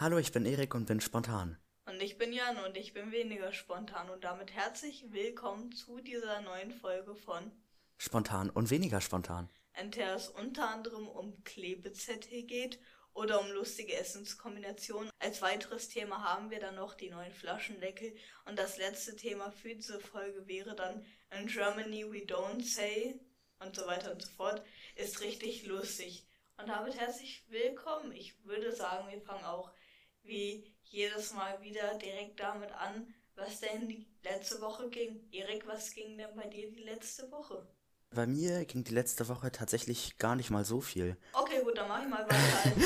Hallo, ich bin Erik und bin spontan. Und ich bin Jan und ich bin weniger spontan und damit herzlich willkommen zu dieser neuen Folge von Spontan und weniger spontan. in der es unter anderem um Klebezettel geht oder um lustige Essenskombinationen. Als weiteres Thema haben wir dann noch die neuen Flaschendeckel und das letzte Thema für diese Folge wäre dann In Germany we don't say und so weiter und so fort. Ist richtig lustig. Und damit herzlich willkommen. Ich würde sagen, wir fangen auch wie jedes Mal wieder direkt damit an, was denn die letzte Woche ging. Erik, was ging denn bei dir die letzte Woche? Bei mir ging die letzte Woche tatsächlich gar nicht mal so viel. Okay, gut, dann mach ich mal weiter.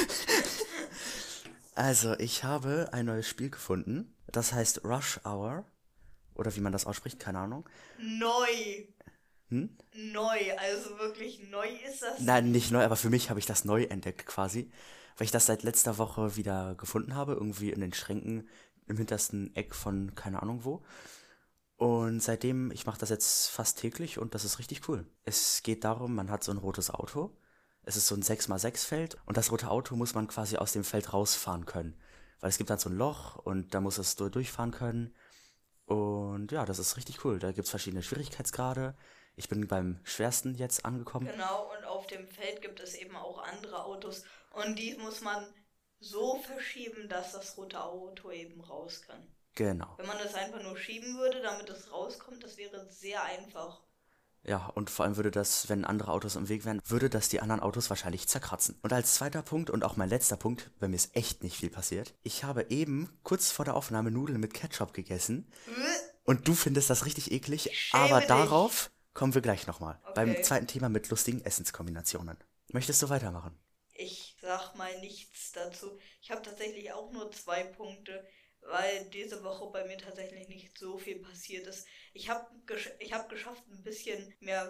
Also, ich habe ein neues Spiel gefunden. Das heißt Rush Hour. Oder wie man das ausspricht, keine Ahnung. Neu. Hm? Neu. Also wirklich neu ist das Nein, nicht. nicht neu, aber für mich habe ich das neu entdeckt quasi. Weil ich das seit letzter Woche wieder gefunden habe. Irgendwie in den Schränken im hintersten Eck von keine Ahnung wo. Und seitdem, ich mache das jetzt fast täglich und das ist richtig cool. Es geht darum, man hat so ein rotes Auto. Es ist so ein 6x6 Feld und das rote Auto muss man quasi aus dem Feld rausfahren können. Weil es gibt dann so ein Loch und da muss es durchfahren können. Und ja, das ist richtig cool. Da gibt's verschiedene Schwierigkeitsgrade. Ich bin beim schwersten jetzt angekommen. Genau, und auf dem Feld gibt es eben auch andere Autos und die muss man so verschieben, dass das rote Auto eben raus kann. Genau. Wenn man das einfach nur schieben würde, damit es rauskommt, das wäre sehr einfach. Ja, und vor allem würde das, wenn andere Autos im Weg wären, würde das die anderen Autos wahrscheinlich zerkratzen. Und als zweiter Punkt und auch mein letzter Punkt, bei mir ist echt nicht viel passiert. Ich habe eben kurz vor der Aufnahme Nudeln mit Ketchup gegessen. Und du findest das richtig eklig, aber Schäme dich. darauf kommen wir gleich nochmal. Beim Okay. zweiten Thema mit lustigen Essenskombinationen. Möchtest du weitermachen? Ich sag mal nichts dazu. Ich habe tatsächlich auch nur 2 Punkte, weil diese Woche bei mir tatsächlich nicht so viel passiert ist. Ich hab geschafft ein bisschen mehr.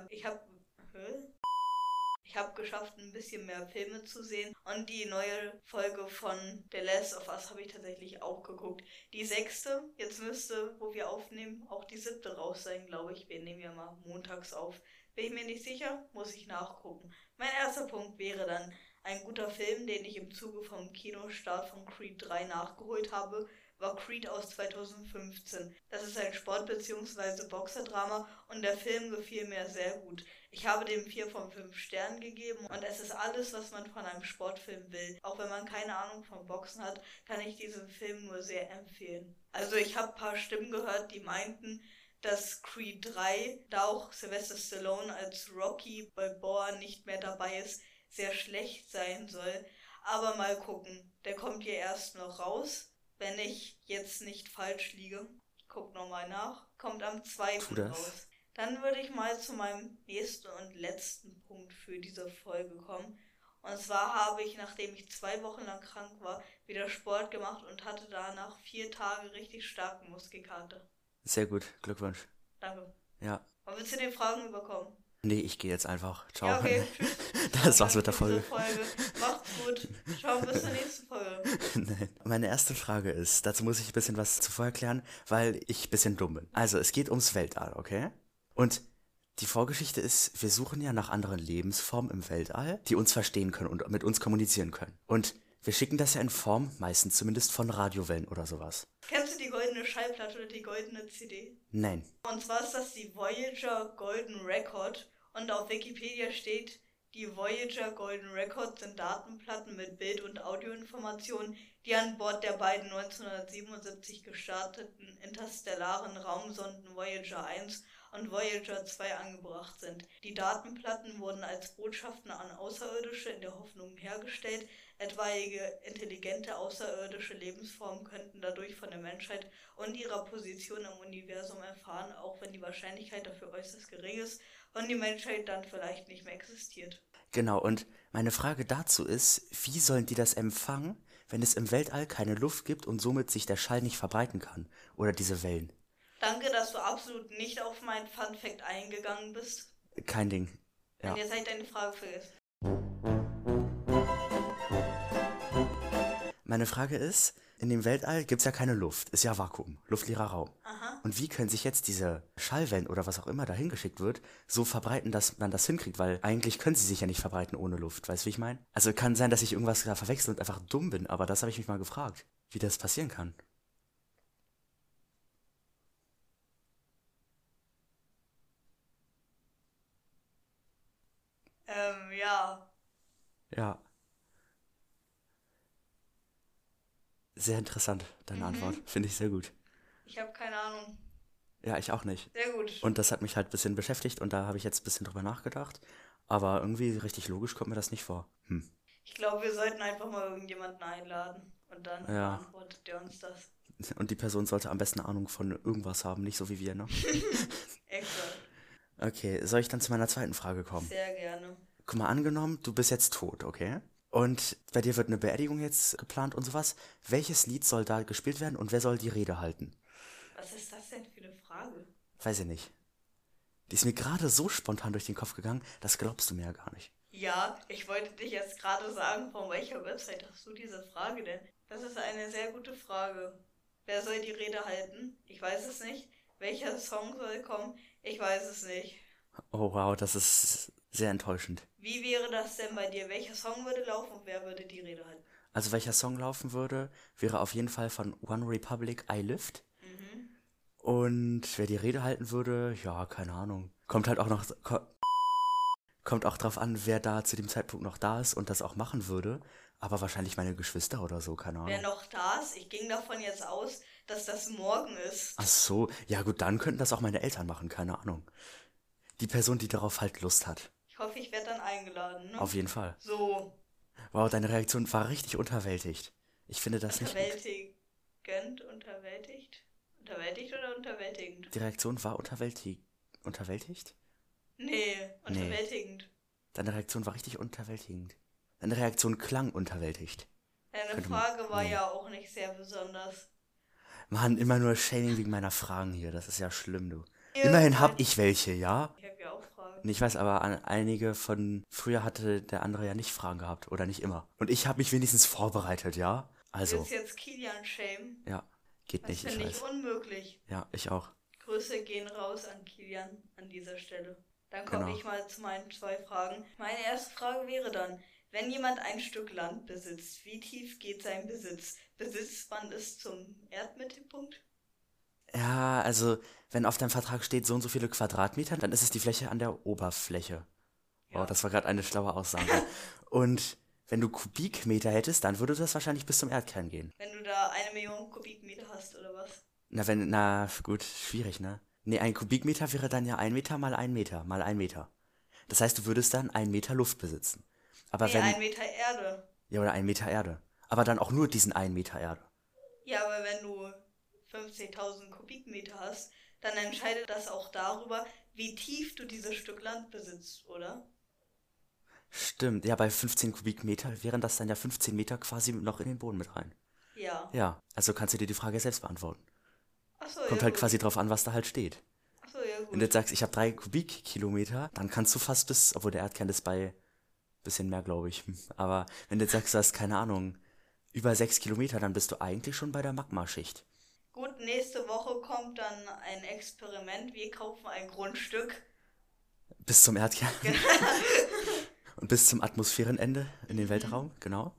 Ich habe geschafft, ein bisschen mehr Filme zu sehen und die neue Folge von The Last of Us habe ich tatsächlich auch geguckt. Die 6., jetzt müsste, wo wir aufnehmen, auch die 7. raus sein, glaube ich. Wir nehmen ja mal montags auf. Bin ich mir nicht sicher, muss ich nachgucken. Mein erster Punkt wäre dann ein guter Film, den ich im Zuge vom Kinostart von Creed 3 nachgeholt habe, war Creed aus 2015. Das ist ein Sport- bzw. Boxerdrama und der Film gefiel mir sehr gut. Ich habe dem 4 von 5 Sternen gegeben und es ist alles, was man von einem Sportfilm will. Auch wenn man keine Ahnung vom Boxen hat, kann ich diesen Film nur sehr empfehlen. Also ich habe ein paar Stimmen gehört, die meinten, dass Creed 3, da auch Sylvester Stallone als Rocky Balboa nicht mehr dabei ist, sehr schlecht sein soll. Aber mal gucken, der kommt ja erst noch raus, wenn ich jetzt nicht falsch liege. Ich guck nochmal nach. Kommt am Tu 2. das. raus. Dann würde ich mal zu meinem nächsten und letzten Punkt für diese Folge kommen. Und zwar habe ich, nachdem ich 2 Wochen lang krank war, wieder Sport gemacht und hatte danach 4 Tage richtig starken Muskelkater. Sehr gut, Glückwunsch. Danke. Ja. Und willst du den Fragen überkommen? Nee, ich gehe jetzt einfach. Ja, Ciao. okay, tschüss. Das war's Danke mit der für diese Folge. Macht's gut. Ciao, bis zur nächsten Folge. Nein. Meine erste Frage ist, dazu muss ich ein bisschen was zuvor erklären, weil ich ein bisschen dumm bin. Also, es geht ums Weltall, okay? Und die Vorgeschichte ist, wir suchen ja nach anderen Lebensformen im Weltall, die uns verstehen können und mit uns kommunizieren können. Und wir schicken das ja in Form, meistens zumindest von Radiowellen oder sowas. Kennst du die goldene Schallplatte oder die goldene CD? Nein. Und zwar ist das die Voyager Golden Record und auf Wikipedia steht, die Voyager Golden Record sind Datenplatten mit Bild- und Audioinformationen, die an Bord der beiden 1977 gestarteten interstellaren Raumsonden Voyager 1 und Voyager 2 angebracht sind. Die Datenplatten wurden als Botschaften an Außerirdische in der Hoffnung hergestellt, etwaige intelligente außerirdische Lebensformen könnten dadurch von der Menschheit und ihrer Position im Universum erfahren, auch wenn die Wahrscheinlichkeit dafür äußerst gering ist und die Menschheit dann vielleicht nicht mehr existiert. Genau, und meine Frage dazu ist, wie sollen die das empfangen, wenn es im Weltall keine Luft gibt und somit sich der Schall nicht verbreiten kann? Oder diese Wellen? Danke, dass du absolut nicht auf meinen Fun Fact eingegangen bist. Kein Ding. Und Ja. jetzt habe ich deine Frage vergessen. Meine Frage ist, in dem Weltall gibt's ja keine Luft, ist ja Vakuum, luftleerer Raum. Aha. Und wie können sich jetzt diese Schallwellen oder was auch immer dahin geschickt wird, so verbreiten, dass man das hinkriegt? Weil eigentlich können sie sich ja nicht verbreiten ohne Luft, weißt du, wie ich meine? Also kann sein, dass ich irgendwas da verwechsel und einfach dumm bin, aber das habe ich mich mal gefragt. wie das passieren kann. Ja. Ja, sehr interessant, deine Antwort. Mhm. Finde ich sehr gut. Ich habe keine Ahnung. Ja, ich auch nicht. Sehr gut. Und das hat mich halt ein bisschen beschäftigt und da habe ich jetzt ein bisschen drüber nachgedacht. Aber irgendwie richtig logisch kommt mir das nicht vor. Ich glaube, wir sollten einfach mal irgendjemanden einladen. Und dann Ja, beantwortet der uns das. und die Person sollte am besten Ahnung von irgendwas haben, nicht so wie wir, ne? Exakt. Okay, soll ich dann zu meiner zweiten Frage kommen? Sehr gerne. Guck mal, angenommen, du bist jetzt tot, okay? Und bei dir wird eine Beerdigung jetzt geplant und sowas. Welches Lied soll da gespielt werden und wer soll die Rede halten? Was ist das denn für eine Frage? Weiß ich nicht. Die ist mir gerade so spontan durch den Kopf gegangen, das glaubst du mir ja gar nicht. Ja, ich wollte dich jetzt gerade sagen, von welcher Website hast du diese Frage denn? Das ist eine sehr gute Frage. Wer soll die Rede halten? Ich weiß es nicht. Welcher Song soll kommen? Ich weiß es nicht. Oh wow, das ist sehr enttäuschend. Wie wäre das denn bei dir? Welcher Song würde laufen und wer würde die Rede halten? Also welcher Song laufen würde, wäre auf jeden Fall von One Republic I Lived. Mhm. Und wer die Rede halten würde, ja, keine Ahnung. Kommt auch drauf an, wer da zu dem Zeitpunkt noch da ist und das auch machen würde. Aber wahrscheinlich meine Geschwister oder so, keine Wer Ahnung. noch da ist? Ich ging davon jetzt aus, dass das morgen ist. Ach so, ja gut, dann könnten das auch meine Eltern machen, keine Ahnung. Die Person, die darauf halt Lust hat. Ich hoffe, ich werde dann eingeladen, ne? Auf jeden Fall. So, Wow, deine Reaktion war richtig unterwältigt. Ich finde das nicht gut. unterwältigt? Unterwältigt oder unterwältigend? Die Reaktion war unterwältigt? Nee, Nee, unterwältigend. deine Reaktion war richtig unterwältigend. Deine Reaktion klang unterwältigt. Deine Könnte man. Frage war Nee. ja auch nicht sehr besonders. Mann, immer nur Shaming wegen meiner Fragen hier. Das ist ja schlimm, du. Ja, Immerhin hab gut. ich welche, ja? Ich habe ja auch Fragen. Und ich weiß aber, einige von früher hatte der andere ja nicht Fragen gehabt. Oder nicht immer. Und ich habe mich wenigstens vorbereitet, ja? Du Also, willst jetzt Kilian shamen? ja. Geht Das nicht, ich finde ich weiß. unmöglich. Ja, ich auch. Grüße gehen raus an Kilian an dieser Stelle. Dann komme Genau. ich mal zu meinen 2 Fragen. Meine erste Frage wäre dann, wenn jemand ein Stück Land besitzt, wie tief geht sein Besitz? Besitzt man es zum Erdmittelpunkt? Ja, also, wenn auf deinem Vertrag steht so und so viele Quadratmeter, dann ist es die Fläche an der Oberfläche. Wow, Ja. das war gerade eine schlaue Aussage. Und wenn du Kubikmeter hättest, dann würde das wahrscheinlich bis zum Erdkern gehen. Wenn du da 1 Million Kubikmeter hast, oder was? Na gut, schwierig, ne? Nee, ein Kubikmeter wäre dann ja 1 Meter mal 1 Meter mal 1 Meter. Das heißt, du würdest dann 1 Meter Luft besitzen. Aber Nee, wenn, 1 Meter Erde. ja, oder 1 Meter Erde. Aber dann auch nur diesen 1 Meter Erde. Ja, aber wenn du 50.000 Kubikmeter hast, dann entscheidet das auch darüber, wie tief du dieses Stück Land besitzt, oder? Stimmt, ja, bei 15 Kubikmeter wären das dann ja 15 Meter quasi noch in den Boden mit rein. Ja. Ja, also kannst du dir die Frage selbst beantworten. Achso, Kommt ja halt gut. quasi drauf an, was da halt steht. Achso, ja Wenn du gut. jetzt sagst, ich habe 3 Kubikkilometer, dann kannst du fast bis, obwohl der Erdkern ist bei bisschen mehr, glaube ich. Aber wenn du jetzt sagst, du hast keine Ahnung, über 6 Kilometer, dann bist du eigentlich schon bei der Magmaschicht. Gut, nächste Woche kommt dann ein Experiment. Wir kaufen ein Grundstück. Bis zum Erdkern und bis zum Atmosphärenende in den Weltraum, genau.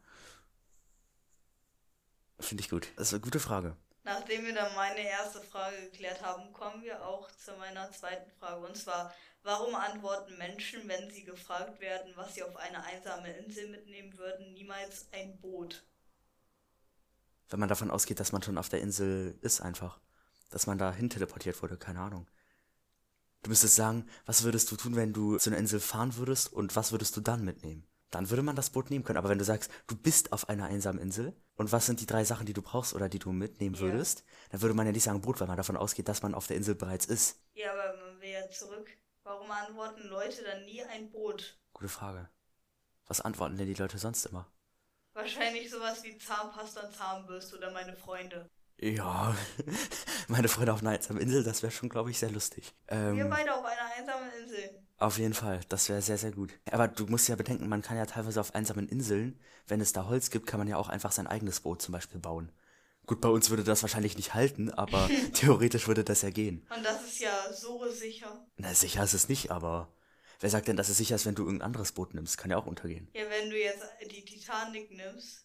Finde ich gut. Das ist eine gute Frage. Nachdem wir dann meine erste Frage geklärt haben, kommen wir auch zu meiner zweiten Frage. Und zwar, warum antworten Menschen, wenn sie gefragt werden, was sie auf eine einsame Insel mitnehmen würden, niemals ein Boot? Wenn man davon ausgeht, dass man schon auf der Insel ist einfach. Dass man dahin teleportiert wurde, keine Ahnung. Du müsstest sagen, was würdest du tun, wenn du zu einer Insel fahren würdest und was würdest du dann mitnehmen? Dann würde man das Boot nehmen können. Aber wenn du sagst, du bist auf einer einsamen Insel und was sind die 3 Sachen, die du brauchst oder die du mitnehmen Ja. würdest, dann würde man ja nicht sagen Boot, weil man davon ausgeht, dass man auf der Insel bereits ist. Ja, aber man will ja zurück. Warum antworten Leute dann nie ein Boot? Gute Frage. Was antworten denn die Leute sonst immer? Wahrscheinlich sowas wie Zahnpasta und Zahnbürste oder meine Freunde. Ja, meine Freunde auf einer einsamen Insel, das wäre schon, glaube ich, sehr lustig. Wir beide auf einer einsamen Insel. Auf jeden Fall, das wäre sehr, sehr gut. Aber du musst ja bedenken, man kann ja teilweise auf einsamen Inseln, wenn es da Holz gibt, kann man ja auch einfach sein eigenes Boot zum Beispiel bauen. Gut, bei uns würde das wahrscheinlich nicht halten, aber theoretisch würde das ja gehen. Und das ist ja so sicher. Na, sicher ist es nicht, aber wer sagt denn, dass es sicher ist, wenn du irgendein anderes Boot nimmst? Kann ja auch untergehen. Ja, wenn du jetzt die Titanic nimmst,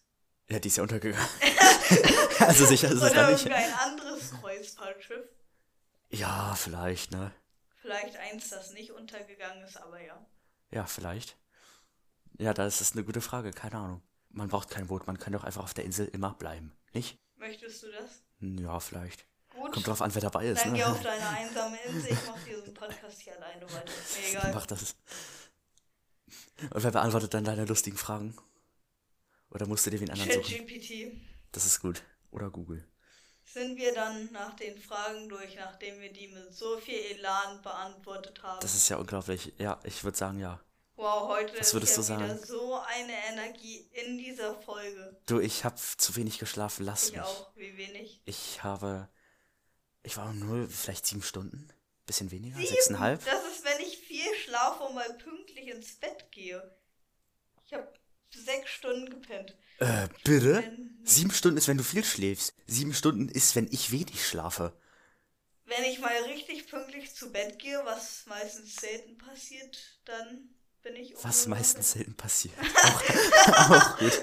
Ja, die ist ja untergegangen. Also sicher ist es da Oder nicht. irgendein anderes Kreuzfahrtschiff. Ja, vielleicht, ne? Vielleicht eins, das nicht untergegangen ist, aber ja. Ja, vielleicht. Ja, das ist eine gute Frage, keine Ahnung. Man braucht kein Boot, man kann doch einfach auf der Insel immer bleiben, nicht? Möchtest du das? Ja, vielleicht. Gut. Kommt drauf an, wer dabei ist, Dann geh auf ne? deine einsame Insel. Ich mach diesen Podcast hier alleine weiter. Ist mir egal. Mach das. Und wer beantwortet dann deine lustigen Fragen? Oder musst du dir wen anderen suchen? ChatGPT. Das ist gut. Oder Google. Sind wir dann nach den Fragen durch, nachdem wir die mit so viel Elan beantwortet haben? Das ist ja unglaublich. Ja, ich würde sagen, ja. Wow, heute Was ist würdest ja du wieder sagen? so eine Energie in dieser Folge. Du, ich habe zu wenig geschlafen, lass Ich mich. auch, wie wenig. Ich war um 0, vielleicht 7 Stunden? Bisschen weniger? 7? 6,5? Das ist, wenn ich viel schlafe und mal pünktlich ins Bett gehe. Ich habe 6 Stunden gepennt. Bitte? Wenn- 7 Stunden ist, wenn du viel schläfst. 7 Stunden ist, wenn ich wenig schlafe. Wenn ich mal richtig pünktlich zu Bett gehe, was meistens selten passiert, dann bin ich um Was 0 Uhr meistens im selten passiert. Auch gut.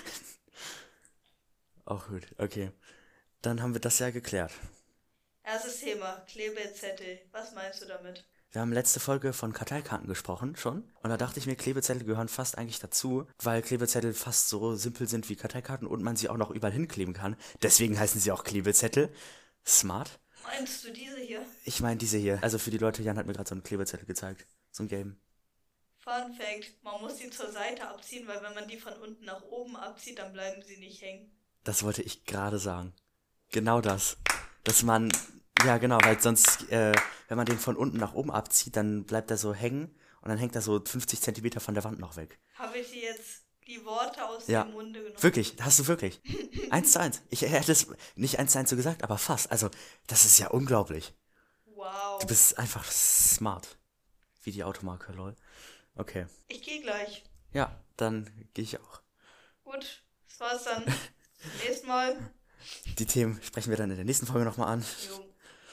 Auch gut, okay. Dann haben wir das ja geklärt. Bett. Erstes Thema, Klebezettel. Was meinst du damit? Wir haben letzte Folge von Karteikarten gesprochen schon. Und da dachte ich mir, Klebezettel gehören fast eigentlich dazu, weil Klebezettel fast so simpel sind wie Karteikarten und man sie auch noch überall hinkleben kann. Deswegen heißen sie auch Klebezettel. Smart. Meinst du diese hier? Ich meine diese hier. Also für die Leute, Jan hat mir gerade so einen Klebezettel gezeigt. So ein Game. Fun Fact, man muss die zur Seite abziehen, weil wenn man die von unten nach oben abzieht, dann bleiben sie nicht hängen. Das wollte ich gerade sagen. Genau das. Dass man, ja genau, weil sonst, wenn man den von unten nach oben abzieht, dann bleibt er so hängen und dann hängt er so 50 Zentimeter von der Wand noch weg. Habe ich dir jetzt die Worte aus Ja, dem Munde genommen? wirklich, hast du wirklich. 1:1. Ich hätte es nicht 1:1 so gesagt, aber fast. Also, das ist ja unglaublich. Wow. Du bist einfach smart. Wie die Automarke, lol. Okay. Ich gehe gleich. Ja, dann gehe ich auch. Gut, das war's dann. Nächstes Mal. Die Themen sprechen wir dann in der nächsten Folge nochmal an. Jo.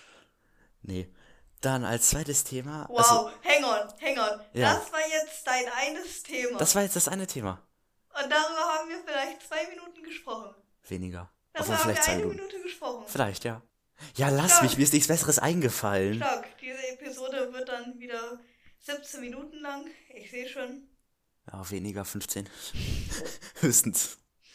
Nee. Dann als zweites Thema. Wow, Also, hang on. Ja. Das war jetzt dein eines Thema. das war jetzt das eine Thema. Und darüber haben wir vielleicht 2 Minuten gesprochen. Weniger. Darüber Obwohl, haben vielleicht wir 2 eine Minuten. Minute gesprochen. Vielleicht, ja. Ja, lass Stark. mich, mir ist nichts Besseres eingefallen. Stark. Diese Episode wird dann wieder 17 Minuten lang. Ich sehe schon. Ja, weniger, 15. Höchstens.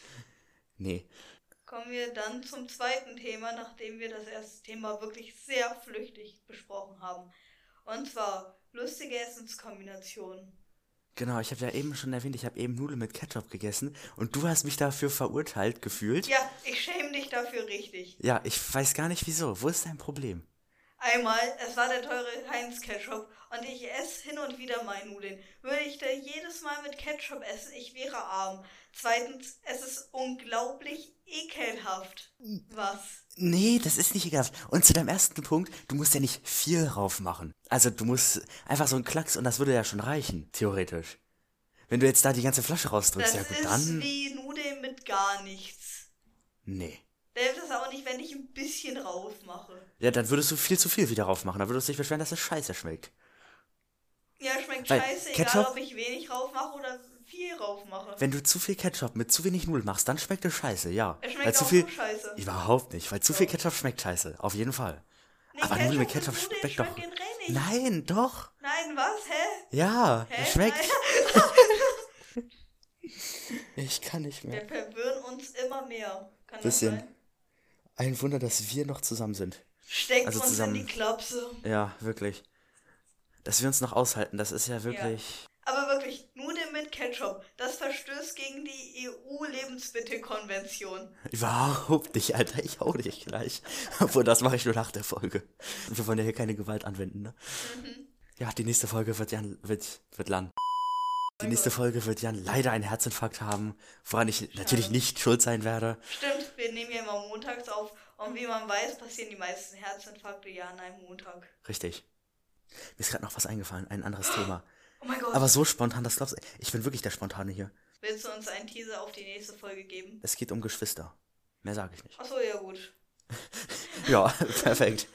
Nee. Kommen wir dann zum zweiten Thema, nachdem wir das erste Thema wirklich sehr flüchtig besprochen haben. Und zwar lustige Essenskombinationen. Genau, ich habe ja eben schon erwähnt, ich habe eben Nudeln mit Ketchup gegessen und du hast mich dafür verurteilt gefühlt. Ja, ich schäme dich dafür richtig. Ja, ich weiß gar nicht wieso. Wo ist dein Problem? Einmal, es war der teure Heinz-Ketchup und ich esse hin und wieder mal Nudeln. Würde ich da jedes Mal mit Ketchup essen, ich wäre arm. Zweitens, es ist unglaublich ekelhaft. Was? Nee, das ist nicht egal. Und zu deinem ersten Punkt, du musst ja nicht viel drauf machen. Also du musst einfach so einen Klacks und das würde ja schon reichen, theoretisch. Wenn du jetzt da die ganze Flasche rausdrückst, Das ja gut, ist dann... wie Nudeln mit gar nichts. Nee. Da hilft es auch nicht, wenn ich ein bisschen drauf mache. Ja, dann würdest du viel zu viel wieder drauf machen. Dann würdest du dich beschweren, dass es scheiße schmeckt. Ja, schmeckt Weil scheiße, Ketchup- egal ob ich wenig drauf mache oder viel drauf mache. Wenn du zu viel Ketchup mit zu wenig Nudeln machst, dann schmeckt es scheiße, ja. Es schmeckt Weil zu auch viel... so scheiße. Überhaupt nicht, weil zu viel Ketchup schmeckt scheiße. Auf jeden Fall. Nee, Aber Nudeln mit Ketchup Ketchup und Nudeln schmeckt doch... schmeckt generell nicht. Nein, doch. Nein, was? Hä? Ja, Hä? schmeckt. Nein. Ich kann nicht Wir mehr. verwirren uns immer mehr. Kann Bisschen. das sein? Ein Wunder, dass wir noch zusammen sind. Steckt Also uns zusammen. in die Klapse. Ja, wirklich. Dass wir uns noch aushalten, das ist ja wirklich... Aber wirklich, Nudeln mit Ketchup, das verstößt gegen die EU-Lebensmittelkonvention. Überhaupt nicht, Alter. Ich hau dich gleich. Obwohl, das mache ich nur nach der Folge. Wir wollen ja hier keine Gewalt anwenden, ne? Ja, die nächste Folge wird Jan... Die nächste Folge wird Jan leider einen Herzinfarkt haben, woran ich natürlich nicht schuld sein werde. Stimmt, wir nehmen ja immer montags auf. Und wie man weiß, passieren die meisten Herzinfarkte ja an einem Montag. Richtig. Mir ist gerade noch was eingefallen, ein anderes Thema. Oh mein Gott. Aber so spontan, das glaubst du. Ich bin wirklich der Spontane hier. Willst du uns einen Teaser auf die nächste Folge geben? Es geht um Geschwister. Mehr sage ich nicht. Achso, ja gut. Ja, perfekt.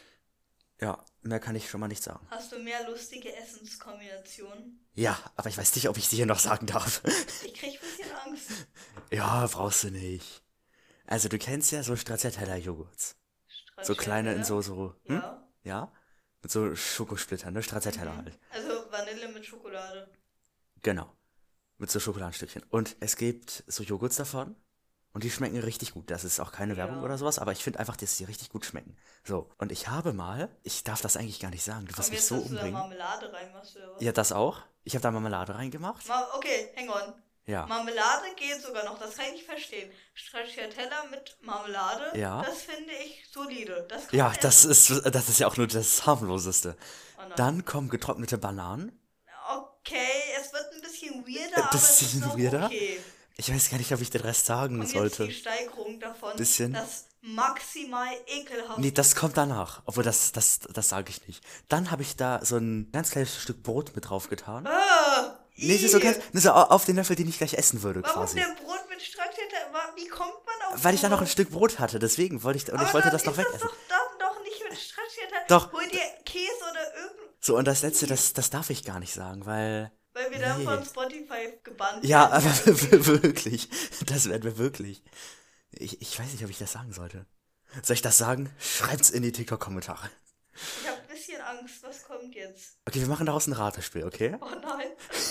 Ja, mehr kann ich schon mal nicht sagen. Hast du mehr lustige Essenskombinationen? Ja, aber ich weiß nicht, ob ich sie hier noch sagen darf. Ich krieg ein bisschen Angst. Ja, brauchst du nicht. Also du kennst ja so Stracciatella-Joghurts. So kleine in Ja. Ja? Mit so Schokosplittern, ne? Stracciatella halt. Also Vanille mit Schokolade. Genau. Mit so Schokoladenstückchen. Und es gibt so Joghurts davon. Und die schmecken richtig gut. Das ist auch keine Werbung Ja. oder sowas, aber ich finde einfach, dass die richtig gut schmecken. So, und ich habe mal, ich darf das eigentlich gar nicht sagen, du wirst Und mich jetzt so hast du da umbringen. Marmelade reinmachst oder was? Ja, das auch. Ich habe da Marmelade reingemacht. Okay, hang on. Ja. Marmelade geht sogar noch, das kann ich nicht verstehen. Stracciatella mit Marmelade, Ja. das finde ich solide. Das kann Ja, man das essen. ist ja auch nur das harmloseste. Oh nein. Dann kommen getrocknete Bananen. Okay, es wird ein bisschen weirder, aber Das es ist ist noch weirder. okay. Ich weiß gar nicht, ob ich den Rest sagen Kommt jetzt sollte. die Steigerung davon, Bisschen. das maximal ekelhaft. Nee, das kommt danach. Obwohl, das sage ich nicht. Dann habe ich da so ein ganz kleines Stück Brot mit drauf getan. Nee, Ih. so ganz, nur so auf den Löffel, den ich gleich essen würde, Warum quasi. denn Brot mit Stracciatella? Wie kommt man auf Weil ich da noch ein sowas? Stück Brot hatte, deswegen wollte ich, und ich Aber wollte dann das noch ist das wegessen. doch nicht mit Stracciatella. Doch. Hol dir Käse oder irgendwas. So, und das letzte, das darf ich gar nicht sagen, weil. Weil wir dann Nee. von Spotify gebannt Ja, werden. aber wirklich. Das werden wir wirklich. Ich weiß nicht, ob ich das sagen sollte. Soll ich das sagen? Schreibt's in die TikTok-Kommentare. Ich habe ein bisschen Angst. Was kommt jetzt? Okay, wir machen daraus ein Ratespiel, okay? Oh nein.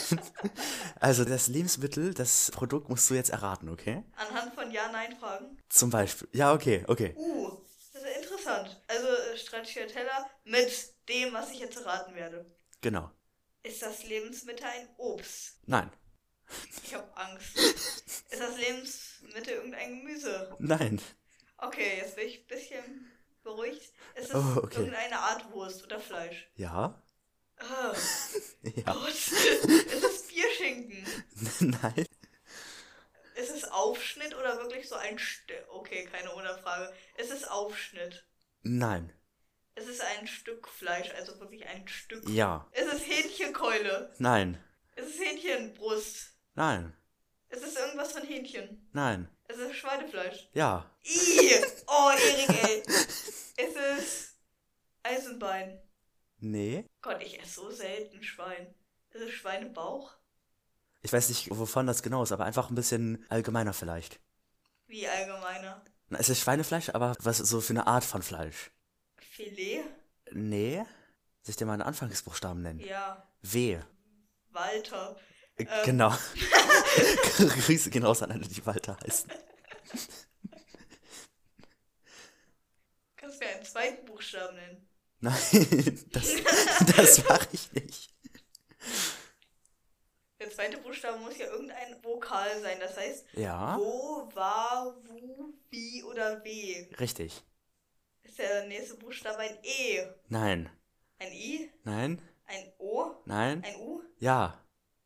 Also das Lebensmittel, das Produkt musst du jetzt erraten, okay? Anhand von Ja-Nein-Fragen. Zum Beispiel. Ja, okay. Das ist ja interessant. Also Stracciatella mit dem, was ich jetzt erraten werde. Genau. Ist das Lebensmittel ein Obst? Nein. Ich habe Angst. Ist das Lebensmittel irgendein Gemüse? Nein. Okay, jetzt bin ich ein bisschen beruhigt. Ist es Oh, okay. irgendeine Art Wurst oder Fleisch? Ja? Oh Ja. Gott. Ist es Bierschinken? Nein. Ist es Aufschnitt oder wirklich so ein Stück? Okay, keine Frage. Ist es Aufschnitt? Nein. Ist es ein Stück Fleisch, also wirklich ein Stück? Ja. Ist es Hähnchenkeule? Nein. Ist es Hähnchenbrust? Nein. Ist es irgendwas von Hähnchen? Nein. Ist es Schweinefleisch? Ja. Ih! Oh, Erik, ey. Ist es Eisenbein? Nee. Gott, ich esse so selten Schwein. Ist es Schweinebauch? Ich weiß nicht, wovon das genau ist, aber einfach ein bisschen allgemeiner vielleicht. Wie allgemeiner? Na, es ist Schweinefleisch, aber was so für eine Art von Fleisch? Filet? Nee. Soll ich dir mal einen Anfangsbuchstaben nennen? Ja. W. Walter. Genau. Grüße gehen raus an alle, die Walter heißen. Kannst du mir einen zweiten Buchstaben nennen? Nein, das mache ich nicht. Der zweite Buchstabe muss ja irgendein Vokal sein. Das heißt, Ja, wo, war, wo, wie oder w. richtig. Ist der nächste Buchstabe ein E? Nein, Ein I? nein, Ein O? nein, Ein U? ja,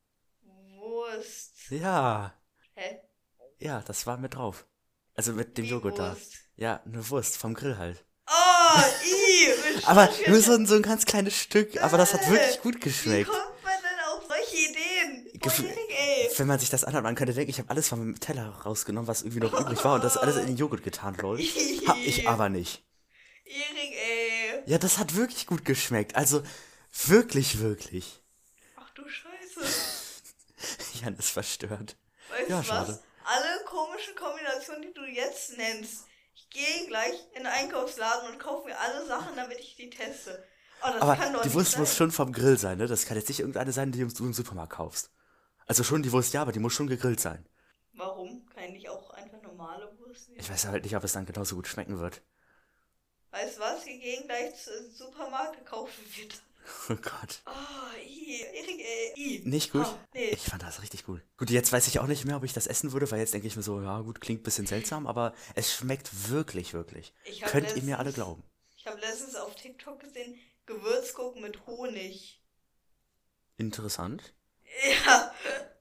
Wurst. ja, Hä? ja, das war mit drauf. Also mit dem Wie Joghurt da. Wurst? Ja, eine Wurst vom Grill halt. Oh, mit Aber Stracciatella. nur so ein ganz kleines Stück, aber das hat wirklich gut Wie geschmeckt. kommt man denn auf solche Ideen? Oh, Gef- Erik, ey. Wenn man sich das anhört, man könnte denken, ich habe alles von meinem Teller rausgenommen, was irgendwie noch übrig war und das alles in den Joghurt getan, lol. Hab ich aber nicht. Erik, ey. Ja, das hat wirklich gut geschmeckt. Also wirklich, wirklich. Ach du Scheiße. Jan ist verstört. Weißt Ja, du was? schade. Alle komischen Kombinationen, die du jetzt nennst. Ich gehe gleich in den Einkaufsladen und kaufe mir alle Sachen, damit ich die teste. Oh, das Aber kann doch die nicht Wurst sein. muss schon vom Grill sein, ne? Das kann jetzt nicht irgendeine sein, die du im Supermarkt kaufst. Also schon die Wurst, ja, aber die muss schon gegrillt sein. Warum? Kann ich auch einfach normale Wurst nehmen? Ich weiß halt nicht, ob es dann genauso gut schmecken wird. Weißt du was? Wir gehen gleich zum Supermarkt und kaufen wir das. Oh Gott. Oh, Erik, ey. Nicht gut? Nee. Ich fand das richtig gut. Gut, jetzt weiß ich auch nicht mehr, ob ich das essen würde, weil jetzt denke ich mir so, ja gut, klingt ein bisschen seltsam, aber es schmeckt wirklich, wirklich. Ich hab Könnt ihr mir letztens- alle glauben. Ich habe letztens auf TikTok gesehen, Gewürzgurken mit Honig. Interessant. Ja.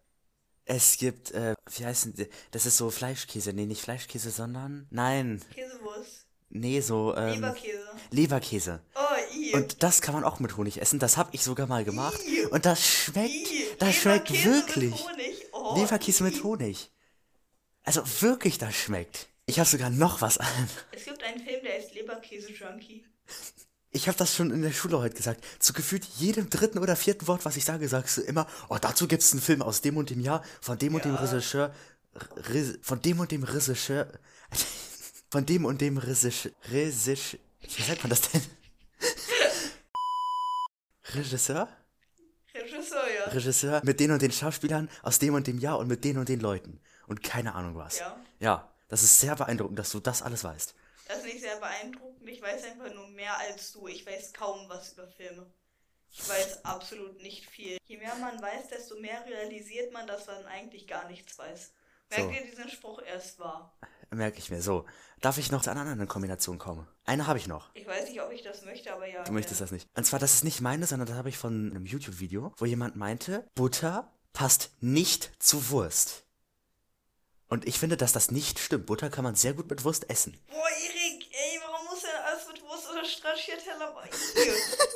Es gibt, wie heißt denn, das ist so Fleischkäse. Nee, nicht Fleischkäse, sondern, nein, Käsewurst. nee, so, Leberkäse. Leberkäse. Oh, Und das kann man auch mit Honig essen. Das habe ich sogar mal gemacht. Ih. Und das schmeckt, das schmeckt Leberkäse wirklich. Mit Honig. Oh, Leberkäse mit Honig. Also wirklich, das schmeckt. Ich habe sogar noch was an. Es gibt einen Film, der heißt Leberkäse-Junkie. Ich habe das schon in der Schule heute gesagt. Zu gefühlt jedem dritten oder vierten Wort, was ich sage, sagst du immer, oh, dazu gibt's einen Film aus dem und dem Jahr, von dem und dem Ja. von dem und dem Regisseur, von dem und dem Regisseur, wie sagt man das denn? Regisseur? Regisseur, ja. Regisseur mit den und den Schauspielern aus dem und dem Jahr und mit den und den Leuten. Und keine Ahnung was. Ja. Ja, das ist sehr beeindruckend, dass du das alles weißt. Das ist nicht sehr beeindruckend. Ich weiß einfach nur mehr als du. Ich weiß kaum was über Filme. Ich weiß absolut nicht viel. Je mehr man weiß, desto mehr realisiert man, dass man eigentlich gar nichts weiß. Merkt ihr diesen Spruch erst wahr? Merke ich mir. So, darf ich noch zu einer anderen Kombination kommen? Eine habe ich noch. Ich weiß nicht, ob ich das möchte, aber ja. Du möchtest das nicht. Und zwar, das ist nicht meine, sondern das habe ich von einem YouTube-Video, wo jemand meinte, Butter passt nicht zu Wurst. Und ich finde, dass das nicht stimmt. Butter kann man sehr gut mit Wurst essen. Boah, Erik, ey, warum muss denn alles mit Wurst oder Stracciatella bei dir?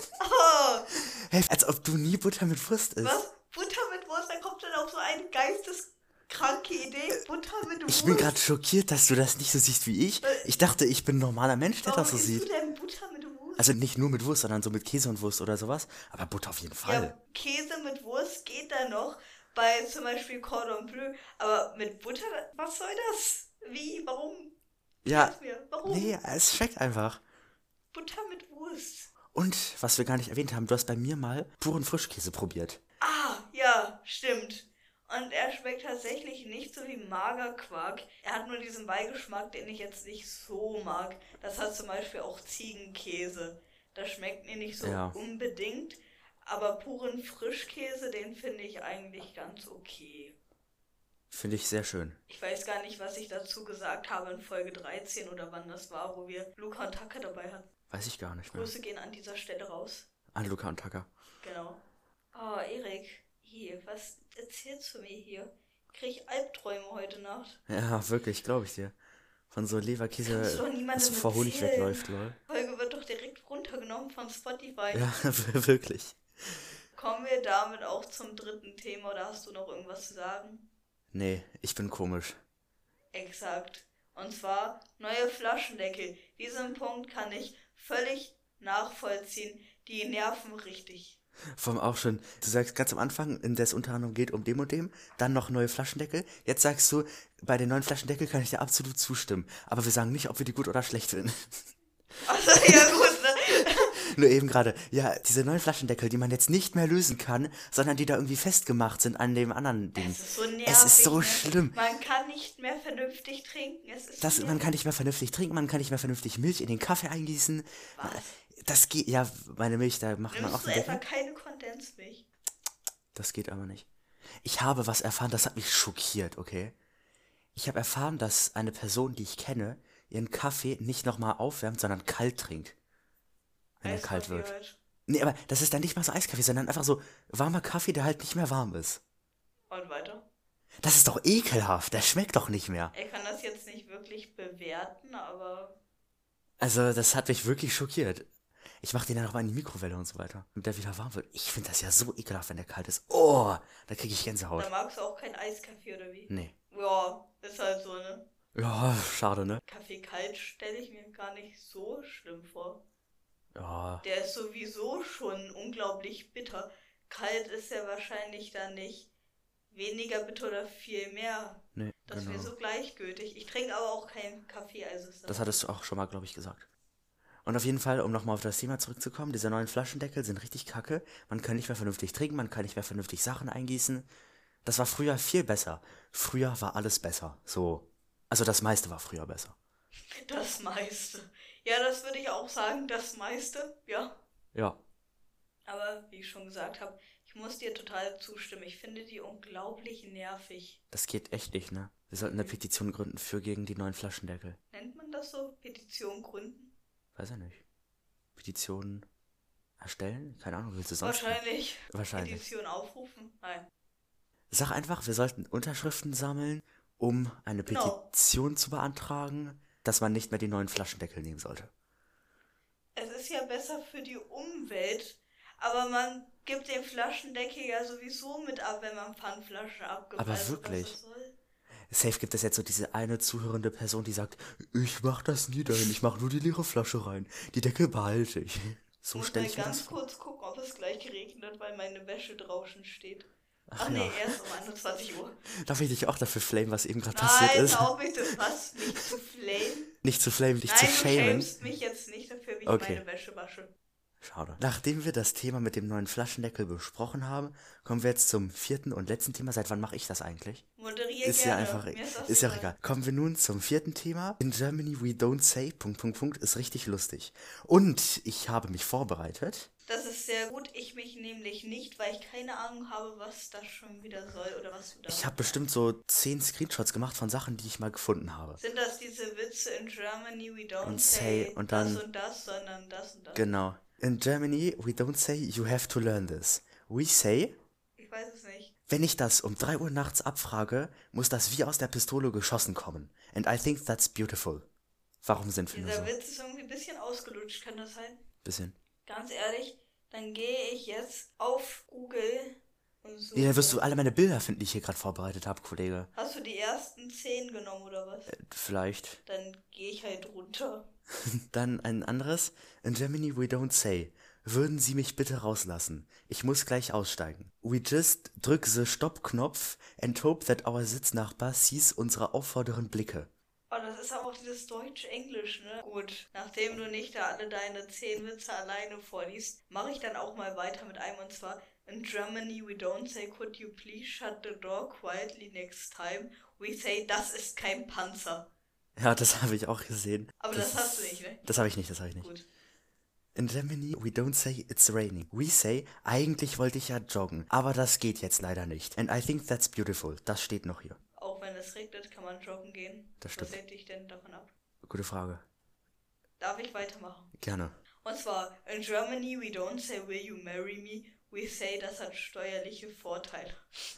Oh. Hey, als ob du nie Butter mit Wurst isst. Was? Butter mit Wurst? Da kommt dann auf so eine geisteskranke Idee. Butter mit Wurst? Ich bin gerade schockiert, dass du das nicht so siehst wie ich. Ich dachte, ich bin ein normaler Mensch, der das so sieht. Warum isst du denn Butter mit Wurst? Also nicht nur mit Wurst, sondern so mit Käse und Wurst oder sowas. Aber Butter auf jeden Fall. Ja, Käse mit Wurst geht da noch. Bei zum Beispiel Cordon Bleu. Aber mit Butter, was soll das? Wie? Warum? Ja, Warum? nee, es schmeckt einfach. Butter mit Wurst. Und, was wir gar nicht erwähnt haben, du hast bei mir mal puren Frischkäse probiert. Ah, ja, stimmt. Und er schmeckt tatsächlich nicht so wie Magerquark. Er hat nur diesen Beigeschmack, den ich jetzt nicht so mag. Das hat zum Beispiel auch Ziegenkäse. Das schmeckt mir nicht so unbedingt. Aber puren Frischkäse, den finde ich eigentlich ganz okay. Finde ich sehr schön. Ich weiß gar nicht, was ich dazu gesagt habe in Folge 13 oder wann das war, wo wir Luca und Tucker dabei hatten. Weiß ich gar nicht mehr. Grüße gehen an dieser Stelle raus. An Luca und Tucker. Genau. Oh, Erik, hier, was erzählst du mir hier? Krieg ich Albträume heute Nacht? Ja, wirklich, glaube ich dir. Von so Leberkäse, Kannst du doch niemandem was vor Honig erzählen. wegläuft, lol. Die Folge wird doch direkt runtergenommen von Spotify. Ja, wirklich. Kommen wir damit auch zum dritten Thema oder hast du noch irgendwas zu sagen? Nee, ich bin komisch. Exakt. Und zwar neue Flaschendeckel. Diesen Punkt kann ich völlig nachvollziehen. Die nerven richtig. Vor allem auch schon, du sagst ganz am Anfang, in der es unter anderem geht um dem und dem, dann noch neue Flaschendeckel. Jetzt sagst du, bei den neuen Flaschendeckel kann ich dir absolut zustimmen. Aber wir sagen nicht, ob wir die gut oder schlecht finden. Also ja gut, ne? Nur eben gerade, ja, diese neuen Flaschendeckel, die man jetzt nicht mehr lösen kann, sondern die da irgendwie festgemacht sind an dem anderen Ding. Es ist so nervig. Es ist so ne? schlimm. Man kann nicht mehr vernünftig trinken. Es ist Man kann nicht mehr vernünftig trinken, man kann nicht mehr vernünftig Milch in den Kaffee eingießen. Was? Das geht, ja, meine Milch, da macht man auch Nimmst du einen etwa Deckel. keine Kondensmilch? Das geht aber nicht. Ich habe was erfahren, das hat mich schockiert, okay? Ich habe erfahren, dass eine Person, die ich kenne, ihren Kaffee nicht nochmal aufwärmt, sondern kalt trinkt. Wenn er kalt Eiskaffee wird. halt. Nee, aber das ist dann nicht mal so Eiskaffee, sondern einfach so warmer Kaffee, der halt nicht mehr warm ist. Und weiter? Das ist doch ekelhaft, der schmeckt doch nicht mehr. Ich kann das jetzt nicht wirklich bewerten, aber Also, das hat mich wirklich schockiert. Ich mache den dann noch mal in die Mikrowelle und so weiter, damit der wieder warm wird. Ich finde das ja so ekelhaft, wenn der kalt ist. Oh, da kriege ich Gänsehaut. da magst du auch keinen Eiskaffee oder wie? Nee. Ja, ist halt so, ne? Ja, schade, ne? Kaffee kalt stelle ich mir gar nicht so schlimm vor. Ja, Der ist sowieso schon unglaublich bitter. Kalt ist er wahrscheinlich dann nicht weniger bitter oder viel mehr. nee, Das genau. wäre so gleichgültig. Ich trinke aber auch keinen Kaffee, also ist Das hattest du auch schon mal, glaube ich, gesagt. Und auf jeden Fall, um nochmal auf das Thema zurückzukommen, diese neuen Flaschendeckel sind richtig kacke. Man kann nicht mehr vernünftig trinken, man kann nicht mehr vernünftig Sachen eingießen. Das war früher viel besser. Früher war alles besser. So. Also das meiste war früher besser. das meiste. Ja, das würde ich auch sagen, das meiste, ja. Ja. Aber wie ich schon gesagt habe, ich muss dir total zustimmen. Ich finde die unglaublich nervig. Das geht echt nicht, ne? Wir sollten eine Petition gründen für gegen die neuen Flaschendeckel. Nennt man das so? Petition gründen? Weiß ja nicht. Petitionen erstellen? Keine Ahnung, willst du sonst? Wahrscheinlich. Wahrscheinlich. Petition aufrufen? Nein. Sag einfach, wir sollten Unterschriften sammeln, um eine Genau. Petition zu beantragen, dass man nicht mehr die neuen Flaschendeckel nehmen sollte. Es ist ja besser für die Umwelt, aber man gibt den Flaschendeckel ja sowieso mit ab, wenn man Pfandflaschen abgibt. Aber also, wirklich? was soll? Safe gibt es jetzt so diese eine zuhörende Person, die sagt, ich mach das nie dahin, ich mach nur die leere Flasche rein. Die Deckel behalte ich. So Muss stelle mal ich mir das ganz vor. kurz gucken, ob es gleich geregnet, weil meine Wäsche draußen steht. Ach nee, erst um 21 Uhr. Darf ich dich auch dafür flamen, was eben gerade passiert Nein, ist? hör auf mich zu fassen, nicht zu flamen. Nicht zu flamen, dich zu Nein, du shamen. shamest mich jetzt nicht dafür, wie ich Okay. meine Wäsche wasche. Schade. Nachdem wir das Thema mit dem neuen Flaschendeckel besprochen haben, kommen wir jetzt zum 4. und letzten Thema. Seit wann mache ich das eigentlich? Moderier Ist gerne. ja einfach, Mir ist das ist ja auch egal. Kommen wir nun zum 4. Thema. In Germany we don't say... ist richtig lustig. Und ich habe mich vorbereitet. Das ist sehr gut. Ich mich nämlich nicht, weil ich keine Ahnung habe, was das schon wieder soll oder was du da Ich habe bestimmt so 10 Screenshots gemacht von Sachen, die ich mal gefunden habe. Sind das diese Witze in Germany we don't Und say und dann, das und das, sondern das und das? Genau. In Germany we don't say you have to learn this. We say... Ich weiß es nicht. Wenn ich das um 3 Uhr nachts abfrage, muss das wie aus der Pistole geschossen kommen. And I think that's beautiful. Warum sind wir nur so? Dieser Witz ist irgendwie ein bisschen ausgelutscht, kann das sein? Bisschen. Ganz ehrlich, dann gehe ich jetzt auf Google und suche. Nee, dann wirst du alle meine Bilder finden, die ich hier gerade vorbereitet habe, Kollege. Hast du die ersten 10 genommen oder was? Vielleicht. Dann gehe ich halt runter. Dann ein anderes. In Germany we don't say. Würden Sie mich bitte rauslassen? Ich muss gleich aussteigen. We just drück the Stopp-Knopf and hope that our Sitznachbar sees unsere auffordernden Blicke. Oh, das ist aber auch dieses Deutsch-Englisch, ne? Gut, nachdem du nicht da alle deine 10 Witze alleine vorliest, mache ich dann auch mal weiter mit einem, und zwar: In Germany we don't say could you please shut the door quietly next time. We say, das ist kein Panzer. Ja, das habe ich auch gesehen. Aber das hast du nicht, ne? Das habe ich nicht. Gut. In Germany we don't say it's raining. We say, eigentlich wollte ich ja joggen, aber das geht jetzt leider nicht. And I think that's beautiful. Das steht noch hier. Auch wenn es regnet, kann man joggen gehen. Das stimmt. Was hält dich denn davon ab? Gute Frage. Darf ich weitermachen? Gerne. Und zwar: In Germany we don't say will you marry me. We say, das hat steuerliche Vorteile.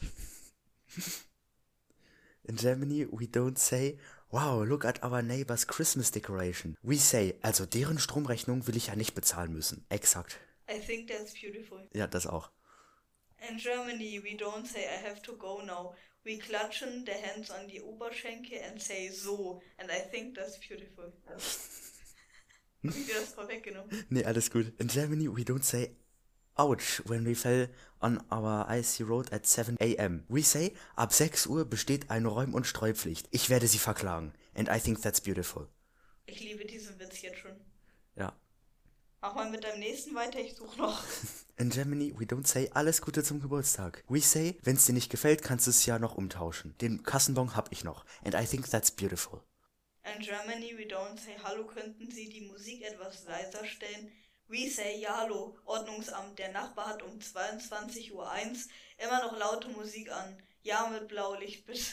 In Germany we don't say, wow, look at our neighbor's Christmas decoration. We say, also deren Stromrechnung will ich ja nicht bezahlen müssen. Exakt. I think that's beautiful. Ja, das auch. In Germany we don't say I have to go now. We klatschen the hands on die Oberschenkel and say so. And I think that's beautiful. Hab ich dir das vorweggenommen? Nee, alles gut. In Germany we don't say, ouch, when we fell on our icy road at 7 a.m. We say, ab 6 Uhr besteht eine Räum- und Streupflicht. Ich werde sie verklagen. And I think that's beautiful. Ich liebe diesen Witz jetzt schon. Ja. Mach mal mit deinem nächsten weiter, ich suche noch. In Germany we don't say, alles Gute zum Geburtstag. We say, wenn's dir nicht gefällt, kannst du es ja noch umtauschen. Den Kassenbon hab ich noch. And I think that's beautiful. In Germany we don't say, hallo, könnten Sie die Musik etwas leiser stellen? We say, ja hallo, Ordnungsamt, der Nachbar hat um 22:01 Uhr immer noch laute Musik an. Ja, mit Blaulicht, bitte.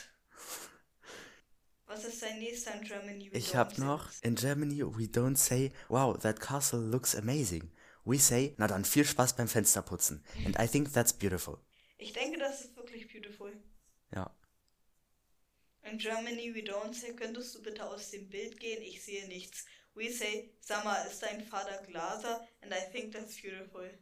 Was ist dein nächster in Germany? Ich hab noch, in Germany we don't say, wow, that castle looks amazing. We say, na dann viel Spaß beim Fensterputzen. And I think that's beautiful. Ich denke, das ist wirklich beautiful. Ja. In Germany we don't say, könntest du bitte aus dem Bild gehen? Ich sehe nichts. We say, sag mal, ist dein Vater Glaser? And I think that's beautiful.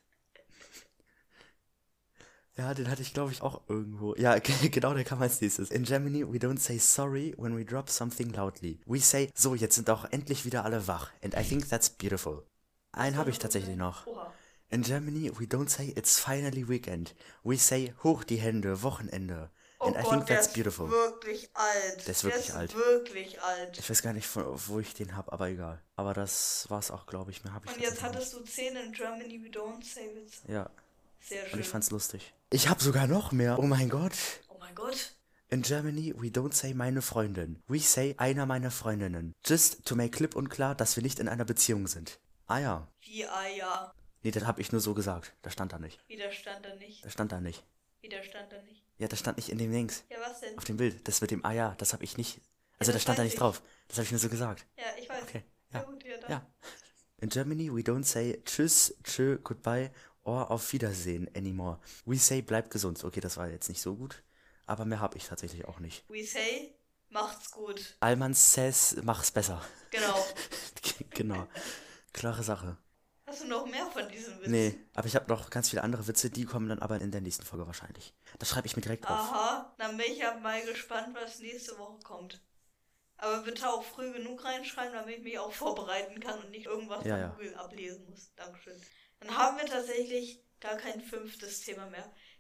Ja, den hatte ich, glaube ich, auch irgendwo. Ja, genau, der kam als nächstes. In Germany, we don't say sorry when we drop something loudly. We say, so, jetzt sind auch endlich wieder alle wach. And I think that's beautiful. Einen habe ich tatsächlich noch. Oha. In Germany, we don't say, it's finally weekend. We say, hoch die Hände, Wochenende. And I think that's beautiful. Der ist wirklich alt. Der ist wirklich alt. Wirklich alt. Ich weiß gar nicht, wo ich den habe, aber egal. Aber das war's auch, glaube ich. Mehr habe ich Und jetzt tatsächlich hattest du 10 in Germany we don't say Witze. nicht. Ja, Sehr schön. und ich fand's lustig. Ich habe sogar noch mehr. Oh mein Gott. Oh mein Gott. In Germany, we don't say meine Freundin. We say einer meiner Freundinnen. Just to make klipp und klar, dass wir nicht in einer Beziehung sind. Ah ja. Wie, ah ja. Nee, das habe ich nur so gesagt. Das stand da nicht. Widerstand da nicht. Das stand da nicht. Widerstand da nicht. Ja, das stand nicht in dem Links. Ja, was denn? Auf dem Bild. Das mit dem ah ja, das habe ich nicht. Also Ja, das stand da weiß nicht ich. drauf. Das habe ich nur so gesagt. Ja, ich weiß. Okay. Ja, Ja. gut, ja, dann. Ja. In Germany, we don't say tschüss, tschö, goodbye or auf Wiedersehen anymore. We say bleib gesund. Okay, das war jetzt nicht so gut. Aber mehr habe ich tatsächlich auch nicht. We say, macht's gut. Allmann says, mach's besser. Genau. Genau. Klare Sache. Hast du noch mehr von diesen Witzen? Nee, aber ich habe noch ganz viele andere Witze, die kommen dann aber in der nächsten Folge wahrscheinlich. Das schreibe ich mir direkt auf. Aha, dann bin ich ja mal gespannt, was nächste Woche kommt. Aber bitte auch früh genug reinschreiben, damit ich mich auch vorbereiten kann und nicht irgendwas Ja, von ja. Google ablesen muss. Dankeschön. Dann haben wir tatsächlich gar kein 5. Thema mehr.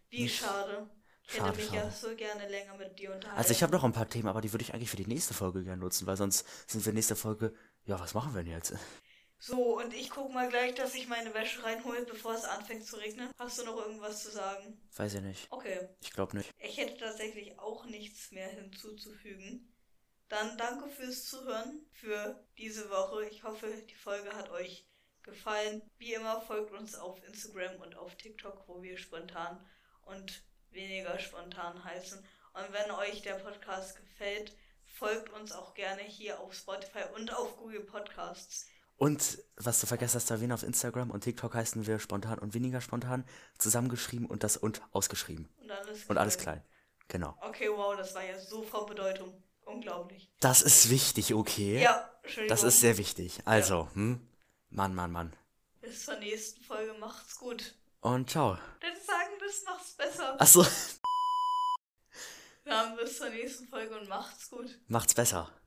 Wie schade. Ich hätte Schade, mich ja schade. so gerne länger mit dir unterhalten. Also ich habe noch ein paar Themen, aber die würde ich eigentlich für die nächste Folge gerne nutzen, weil sonst sind wir nächste Folge, ja, was machen wir denn jetzt? So, und ich guck mal gleich, dass ich meine Wäsche reinhole, bevor es anfängt zu regnen. Hast du noch irgendwas zu sagen? Weiß ich nicht. Okay. Ich glaube nicht. Ich hätte tatsächlich auch nichts mehr hinzuzufügen. Dann danke fürs Zuhören für diese Woche. Ich hoffe, die Folge hat euch gefallen. Wie immer folgt uns auf Instagram und auf TikTok, wo wir spontan und weniger spontan heißen. Und wenn euch der Podcast gefällt, folgt uns auch gerne hier auf Spotify und auf Google Podcasts. Und was du vergessen hast zu erwähnen, auf Instagram und TikTok heißen wir spontan und weniger spontan, zusammengeschrieben und das und ausgeschrieben. Und alles klein. Genau. Okay, wow, das war ja so von Bedeutung. Unglaublich. Das ist wichtig, okay? Ja, Entschuldigung. Das ist sehr wichtig. Also, Mann. Bis zur nächsten Folge. Macht's gut. Und ciao. Bitte sagen, das macht's besser. Achso. Dann bis zur nächsten Folge und macht's gut. Macht's besser.